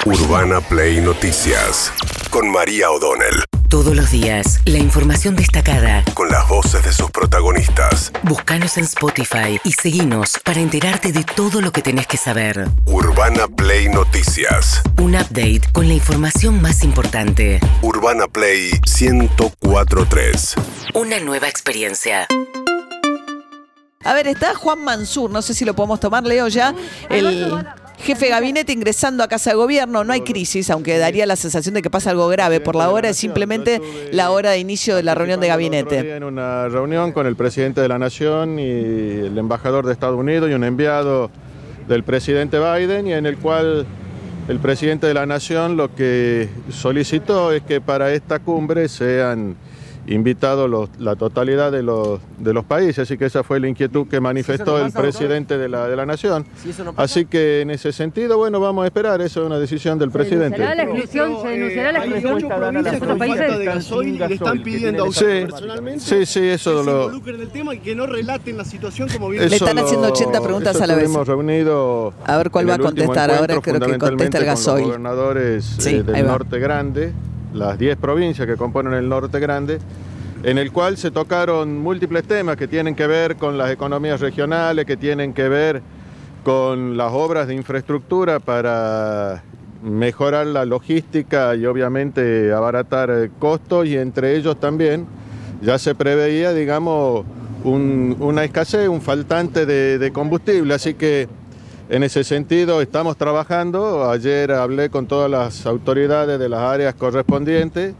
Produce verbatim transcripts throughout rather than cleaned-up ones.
Urbana Play Noticias con María O'Donnell. Todos los días, la información destacada Con las voces de sus protagonistas. Búscanos en Spotify y seguinos para enterarte de todo lo que tenés que saber. Urbana Play Noticias. Un update con la información más importante. Urbana Play ciento cuatro punto tres. Una nueva experiencia. A ver, está Juan Mansur, no sé si lo podemos tomar, Leo, ya, el jefe de gabinete ingresando a Casa de Gobierno. No hay crisis, aunque daría la sensación de que pasa algo grave. Por la hora es simplemente la hora de inicio de la reunión de gabinete. En una reunión con el presidente de la Nación y el embajador de Estados Unidos y un enviado del presidente Biden, y en el cual el presidente de la Nación lo que solicitó es que para esta cumbre sean invitados los, la totalidad de los, de los países, así que esa fue la inquietud que manifestó el presidente de la, de la Nación. Así que en ese sentido, bueno, vamos a esperar, eso es una decisión del presidente. ¿Se denunciará la exclusión? ¿Se denunciará la exclusión de otros países? De gasoil le están pidiendo a usted personalmente sí, sí, eso que se lo... involucren en el tema y que no relaten la situación como viene. Le están haciendo ochenta preguntas a la vez. Estuvimos reunidos. A ver cuál va a contestar, ahora creo que contesta el gasoil. Con los gobernadores Sí, eh, ahí del va. norte grande, las diez provincias que componen el norte grande, en el cual se tocaron múltiples temas que tienen que ver con las economías regionales, que tienen que ver con las obras de infraestructura para mejorar la logística y obviamente abaratar eh, costos, y entre ellos también ya se preveía, digamos, un- una escasez, un faltante de, de combustible, así que en ese sentido estamos trabajando. Ayer hablé con todas las autoridades de las áreas correspondientes.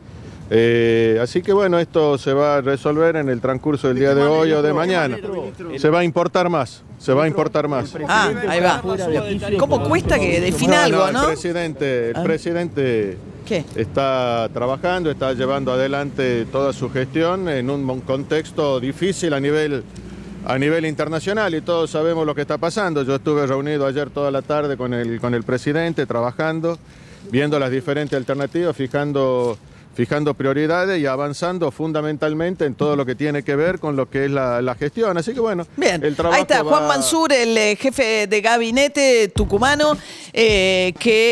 Eh, así que bueno, esto se va a resolver en el transcurso del día de hoy o de mañana. Se va a importar más, se va a importar más. Ah, ahí va. ¿Cómo cuesta que defina algo, El no? presidente, el Ah. presidente ¿Qué? está trabajando, está llevando adelante toda su gestión en un contexto difícil a nivel, a nivel internacional, y todos sabemos lo que está pasando. Yo estuve reunido ayer toda la tarde con el, con el presidente, trabajando, viendo las diferentes alternativas, fijando... fijando prioridades y avanzando fundamentalmente en todo lo que tiene que ver con lo que es la, la gestión. Así que bueno, Bien, el trabajo ahí está Juan va- Mansur, el eh, jefe de gabinete tucumano, eh,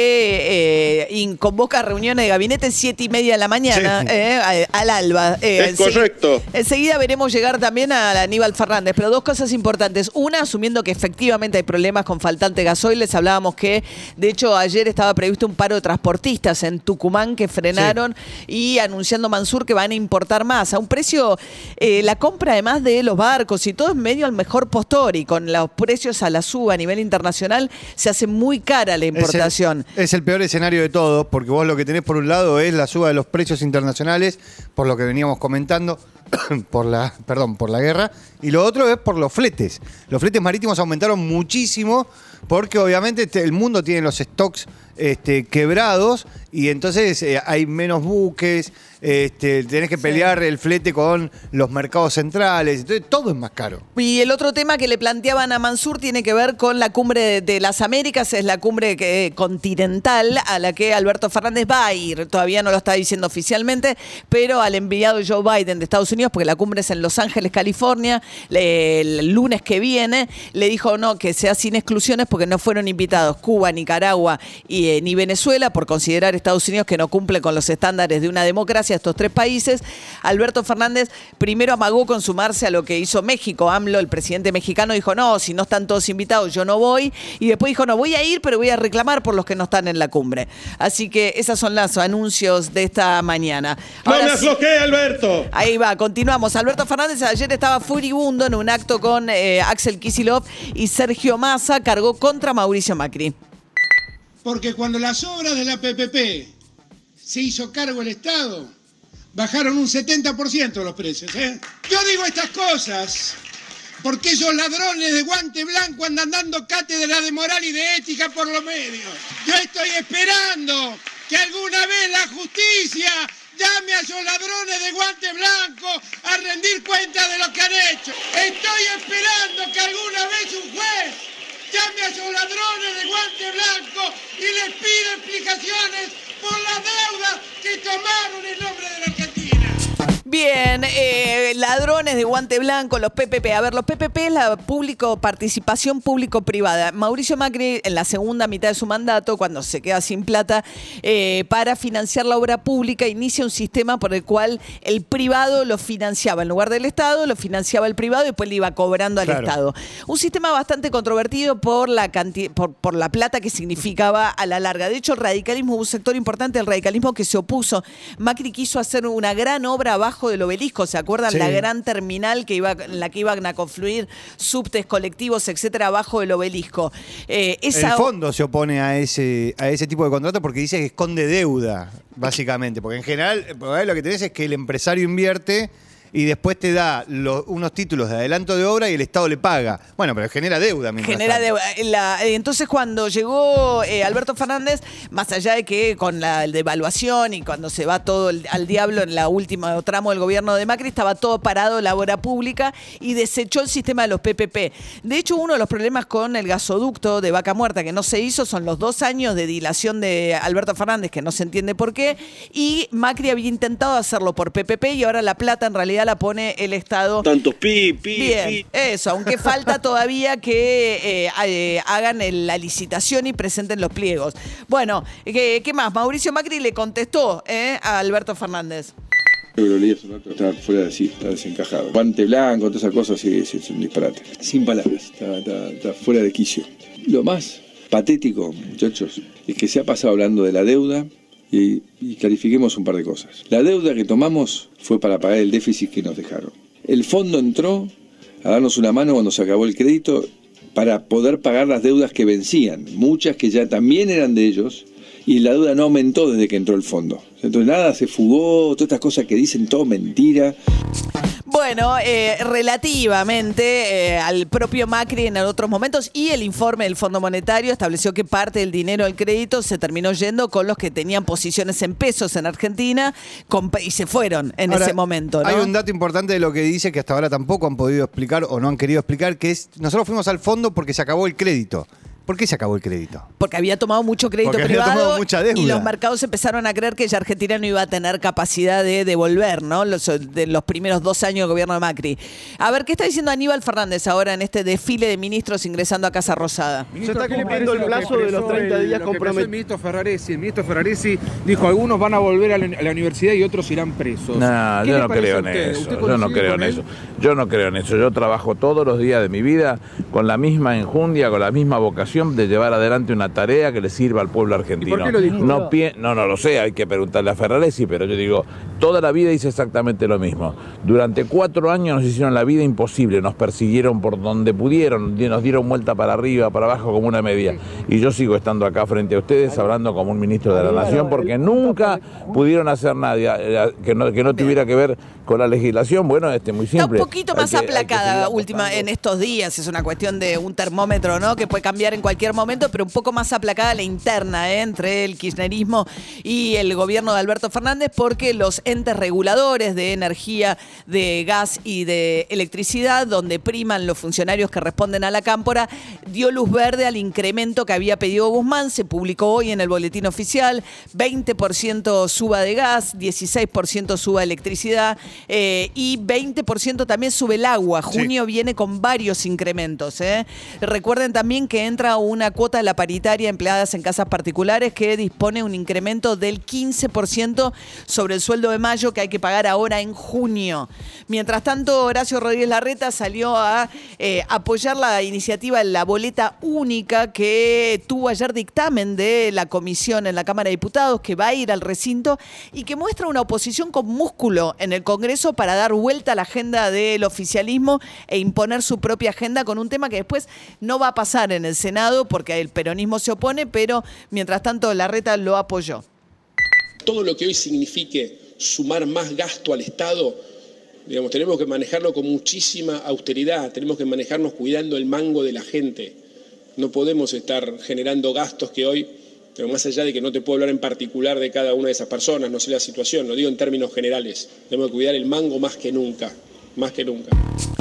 que eh, in- convoca reuniones de gabinete siete y media de la mañana, Sí. eh, a- al alba. Eh, Es correcto. Enseguida veremos llegar también a Aníbal Fernández, pero dos cosas importantes. Una, asumiendo que efectivamente hay problemas con faltante gasoil, les hablábamos que, de hecho, ayer estaba previsto un paro de transportistas en Tucumán que frenaron, y anunciando Mansur que van a importar más a un precio, eh, la compra además de los barcos y todo es medio al mejor postor, y con los precios a la suba a nivel internacional se hace muy cara la importación. Es el, es el peor escenario de todos, porque vos lo que tenés por un lado es la suba de los precios internacionales, por lo que veníamos comentando, por la, perdón, por la guerra, y lo otro es por los fletes. Los fletes marítimos aumentaron muchísimo porque obviamente este, el mundo tiene los stocks este, quebrados, y entonces eh, hay menos buques, este, tenés que pelear el flete con los mercados centrales, entonces todo es más caro. Y el otro tema que le planteaban a Mansur tiene que ver con la cumbre de, de las Américas, es la cumbre que, continental a la que Alberto Fernández va a ir. Todavía no lo está diciendo oficialmente, pero al enviado Joe Biden de Estados Unidos, porque la cumbre es en Los Ángeles, California, le- el lunes que viene, le dijo no, que sea sin exclusiones porque no fueron invitados Cuba, Nicaragua y, eh, ni Venezuela, por considerar Estados Unidos que no cumple con los estándares de una democracia, estos tres países. Alberto Fernández primero amagó con sumarse a lo que hizo México. AMLO, el presidente mexicano, dijo no, si no están todos invitados yo no voy, y después dijo no, voy a ir pero voy a reclamar por los que no están en la cumbre. Así que esos son los anuncios de esta mañana. ¡No Ahora me sí, aflojé, Alberto! ahí va, continuamos. Alberto Fernández ayer estaba furibundo en un acto con eh, Axel Kicillof y Sergio Massa, cargó contra Mauricio Macri. Porque cuando las obras de la P P P se hizo cargo el Estado, bajaron un setenta por ciento los precios, ¿eh? Yo digo estas cosas porque esos ladrones de guante blanco andan dando cátedra de moral y de ética por los medios. Yo estoy esperando que alguna vez la justicia llame a esos ladrones de guante blanco a rendir cuenta de lo que han hecho. Estoy esperando que alguna vez un juez llame a esos ladrones de guante blanco y les pida explicaciones por las deudas que tomaron en nombre de la Argentina. Bien, Bien, eh, ladrones de guante blanco, los P P P. A ver, los P P P es la público, participación público-privada. Mauricio Macri, en la segunda mitad de su mandato, cuando se queda sin plata, eh, para financiar la obra pública, inicia un sistema por el cual el privado lo financiaba. En lugar del Estado, lo financiaba el privado y después le iba cobrando al Claro. Estado. Un sistema bastante controvertido por la, canti- por, por la plata que significaba a la larga. De hecho, el radicalismo, hubo un sector importante del radicalismo que se opuso. Macri quiso hacer una gran obra abajo del obelisco, ¿se acuerdan? Sí. La gran terminal que iba, en la que iban a confluir subtes, colectivos, etcétera, abajo del obelisco. Eh, esa El fondo se opone a ese, a ese tipo de contrato porque dice que esconde deuda, básicamente. Porque en general, por ahí lo que tenés es que el empresario invierte y después te da los- unos títulos de adelanto de obra y el Estado le paga. Bueno, pero genera deuda. mientras genera tanto. deuda. La- entonces, cuando llegó eh, Alberto Fernández, más allá de que con la devaluación y cuando se va todo el- al diablo en la última tramo del gobierno de Macri, estaba todo parado la obra pública y desechó el sistema de los P P P. De hecho, uno de los problemas con el gasoducto de Vaca Muerta que no se hizo son los dos años de dilación de Alberto Fernández, que no se entiende por qué, y Macri había intentado hacerlo por P P P y ahora la plata en realidad la pone el Estado. Tantos pi, pi, Bien, pi. eso, aunque falta todavía que eh, eh, hagan el- la licitación y presenten los pliegos. Bueno, ¿qué, qué más? Mauricio Macri le contestó eh, a Alberto Fernández. Creo que lo leí hace un rato, está fuera de sí, está desencajado. Guante blanco, todas esas cosas, sí, sí, es un disparate. Sin palabras, está, está- está fuera de quicio. Lo más patético, muchachos, es que se ha pasado hablando de la deuda y, y clarifiquemos un par de cosas. La deuda que tomamos fue para pagar el déficit que nos dejaron. El fondo entró a darnos una mano cuando se acabó el crédito para poder pagar las deudas que vencían, muchas que ya también eran de ellos, y la deuda no aumentó desde que entró el fondo. Entonces nada se fugó, todas estas cosas que dicen, todo mentira. Bueno, eh, relativamente eh, al propio Macri en otros momentos y el informe del Fondo Monetario estableció que parte del dinero del crédito se terminó yendo con los que tenían posiciones en pesos en Argentina con- y se fueron en Ahora, ese momento, ¿no? Hay un dato importante de lo que dice que hasta ahora tampoco han podido explicar o no han querido explicar, que es, nosotros fuimos al fondo porque se acabó el crédito. ¿Por qué se acabó el crédito? Porque había tomado mucho crédito Porque había privado tomado mucha deuda. y los mercados empezaron a creer que ya Argentina no iba a tener capacidad de devolver, ¿no? Los, de los primeros dos años de gobierno de Macri. A ver, ¿qué está diciendo Aníbal Fernández ahora en este desfile de ministros ingresando a Casa Rosada? Se está cumpliendo el plazo de los treinta días El comprometidos. ministro Ferraresi, el ministro Ferraresi dijo algunos van a volver a la, a la universidad y otros irán presos. No, ¿Qué yo le no parece creo a en usted? eso. ¿Usted Yo no coincide creo con en él? eso. Yo no creo en eso. Yo trabajo todos los días de mi vida con la misma enjundia, con la misma vocación de llevar adelante una tarea que le sirva al pueblo argentino. ¿Y por qué lo dijo? No, pie- no, no lo sé, hay que preguntarle a Ferraresi, pero yo digo, toda la vida hice exactamente lo mismo. Durante cuatro años nos hicieron la vida imposible, nos persiguieron por donde pudieron, nos dieron vuelta para arriba, para abajo como una media. Y yo sigo estando acá frente a ustedes hablando como un ministro de la Nación porque nunca pudieron hacer nada eh, que no, que no tuviera que ver con la legislación. Bueno, este muy Está simple. un poquito Hay más que- hay que aplacada seguir última apostando. en estos días, es una cuestión de un termómetro, ¿no? Que puede cambiar en cualquier momento, pero un poco más aplacada la interna ¿eh? entre el kirchnerismo y el gobierno de Alberto Fernández, porque los entes reguladores de energía, de gas y de electricidad, donde priman los funcionarios que responden a la cámpora, dio luz verde al incremento que había pedido Guzmán. Se publicó hoy en el boletín oficial, veinte por ciento suba de gas, dieciséis por ciento suba de electricidad eh, y veinte por ciento también sube el agua. Junio viene con varios incrementos. ¿eh? Recuerden también que entra una cuota de la paritaria empleadas en casas particulares que dispone un incremento del quince por ciento sobre el sueldo de mayo que hay que pagar ahora en junio. Mientras tanto, Horacio Rodríguez Larreta salió a eh, apoyar la iniciativa de la boleta única que tuvo ayer dictamen de la comisión en la Cámara de Diputados, que va a ir al recinto y que muestra una oposición con músculo en el Congreso para dar vuelta a la agenda del oficialismo e imponer su propia agenda con un tema que después no va a pasar en el Senado porque el peronismo se opone, pero mientras tanto Larreta lo apoyó. Todo lo que hoy signifique sumar más gasto al Estado, digamos, tenemos que manejarlo con muchísima austeridad, tenemos que manejarnos cuidando el mango de la gente. No podemos estar generando gastos que hoy, pero más allá de que no te puedo hablar en particular de cada una de esas personas, no sé la situación, lo digo en términos generales, tenemos que cuidar el mango más que nunca, más que nunca.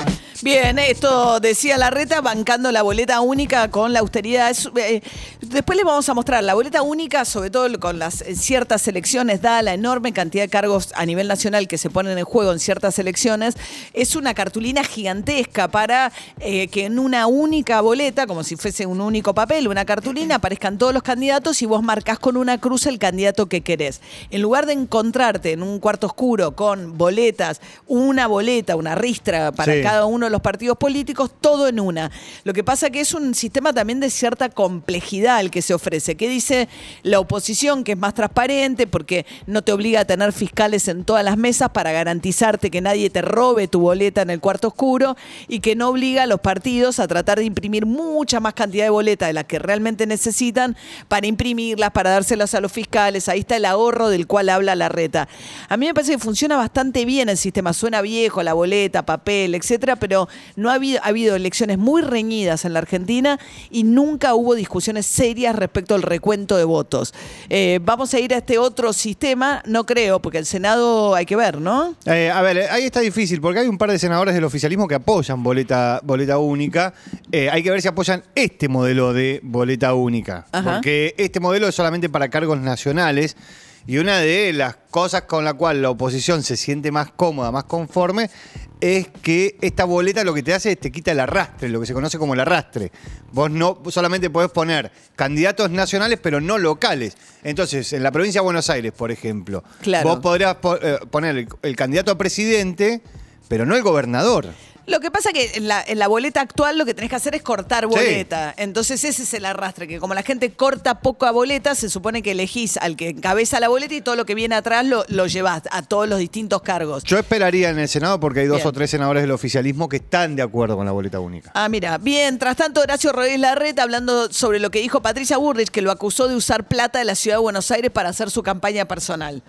Bien, esto decía Larreta, bancando la boleta única con la austeridad. Es, eh, después les vamos a mostrar, la boleta única, sobre todo con las eh, ciertas elecciones, da la enorme cantidad de cargos a nivel nacional que se ponen en juego en ciertas elecciones, es una cartulina gigantesca para eh, que en una única boleta, como si fuese un único papel, una cartulina, aparezcan todos los candidatos y vos marcás con una cruz el candidato que querés. En lugar de encontrarte en un cuarto oscuro con boletas, una boleta, una ristra para sí. cada uno de los partidos políticos, todo en una. Lo que pasa que es un sistema también de cierta complejidad el que se ofrece. ¿Qué dice la oposición? Que es más transparente porque no te obliga a tener fiscales en todas las mesas para garantizarte que nadie te robe tu boleta en el cuarto oscuro y que no obliga a los partidos a tratar de imprimir mucha más cantidad de boletas de las que realmente necesitan para imprimirlas, para dárselas a los fiscales. Ahí está el ahorro del cual habla Larreta. A mí me parece que funciona bastante bien el sistema. Suena viejo, la boleta, papel, etcétera, pero no ha habido, ha habido elecciones muy reñidas en la Argentina y nunca hubo discusiones serias respecto al recuento de votos. Eh, vamos a ir a este otro sistema, no creo, porque el Senado hay que ver, ¿no? Eh, a ver, ahí está difícil, porque hay un par de senadores del oficialismo que apoyan boleta, boleta única. Eh, hay que ver si apoyan este modelo de boleta única, Ajá. porque este modelo es solamente para cargos nacionales. Y una de las cosas con la cual la oposición se siente más cómoda, más conforme, es que esta boleta lo que te hace es te quita el arrastre, lo que se conoce como el arrastre. Vos no solamente podés poner candidatos nacionales, pero no locales. Entonces, en la provincia de Buenos Aires, por ejemplo, claro. vos podrías po- eh, poner el, el candidato a presidente, pero no el gobernador. Lo que pasa que en la, en la boleta actual lo que tenés que hacer es cortar boleta. Sí. Entonces ese es el arrastre, que como la gente corta poca boleta, se supone que elegís al que encabeza la boleta y todo lo que viene atrás lo, lo llevás a todos los distintos cargos. Yo esperaría en el Senado porque hay dos Bien. o tres senadores del oficialismo que están de acuerdo con la boleta única. Ah, mira. Mientras tanto, Horacio Rodríguez Larreta hablando sobre lo que dijo Patricia Bullrich, que lo acusó de usar plata de la ciudad de Buenos Aires para hacer su campaña personal.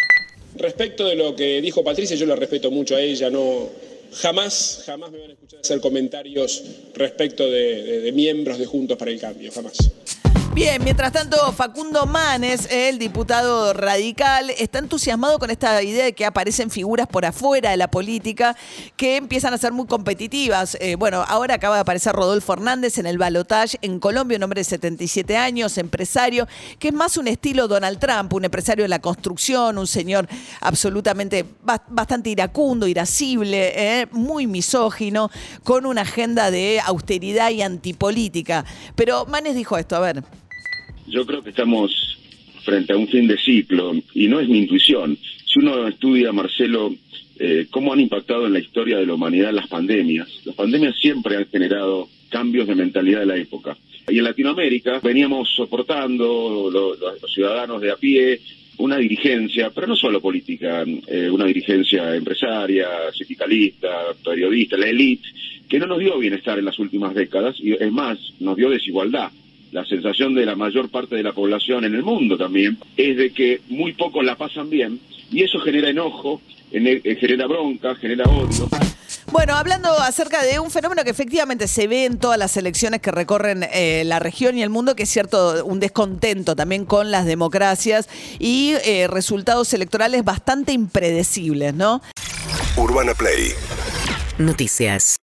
Respecto de lo que dijo Patricia, yo la respeto mucho a ella, no... Jamás, jamás me van a escuchar hacer comentarios respecto de, de, de miembros de Juntos para el Cambio, jamás. Bien, mientras tanto, Facundo Manes, el diputado radical, está entusiasmado con esta idea de que aparecen figuras por afuera de la política que empiezan a ser muy competitivas. Eh, bueno, ahora acaba de aparecer Rodolfo Hernández en el balotaje en Colombia, un hombre de setenta y siete años, empresario, que es más un estilo Donald Trump, un empresario de la construcción, un señor absolutamente bastante iracundo, irascible, eh, muy misógino, con una agenda de austeridad y antipolítica. Pero Manes dijo esto, a ver. Yo creo que estamos frente a un fin de ciclo y no es mi intuición. Si uno estudia, Marcelo, eh, cómo han impactado en la historia de la humanidad las pandemias, las pandemias siempre han generado cambios de mentalidad de la época. Y en Latinoamérica veníamos soportando lo, lo, los ciudadanos de a pie una dirigencia, pero no solo política, eh, una dirigencia empresaria, sindicalista, periodista, la élite, que no nos dio bienestar en las últimas décadas y es más, nos dio desigualdad. La sensación de la mayor parte de la población en el mundo también es de que muy pocos la pasan bien y eso genera enojo, genera bronca, genera odio. Bueno, hablando acerca de un fenómeno que efectivamente se ve en todas las elecciones que recorren eh, la región y el mundo, que es cierto, un descontento también con las democracias y eh, resultados electorales bastante impredecibles, ¿no? Urbana Play. Noticias.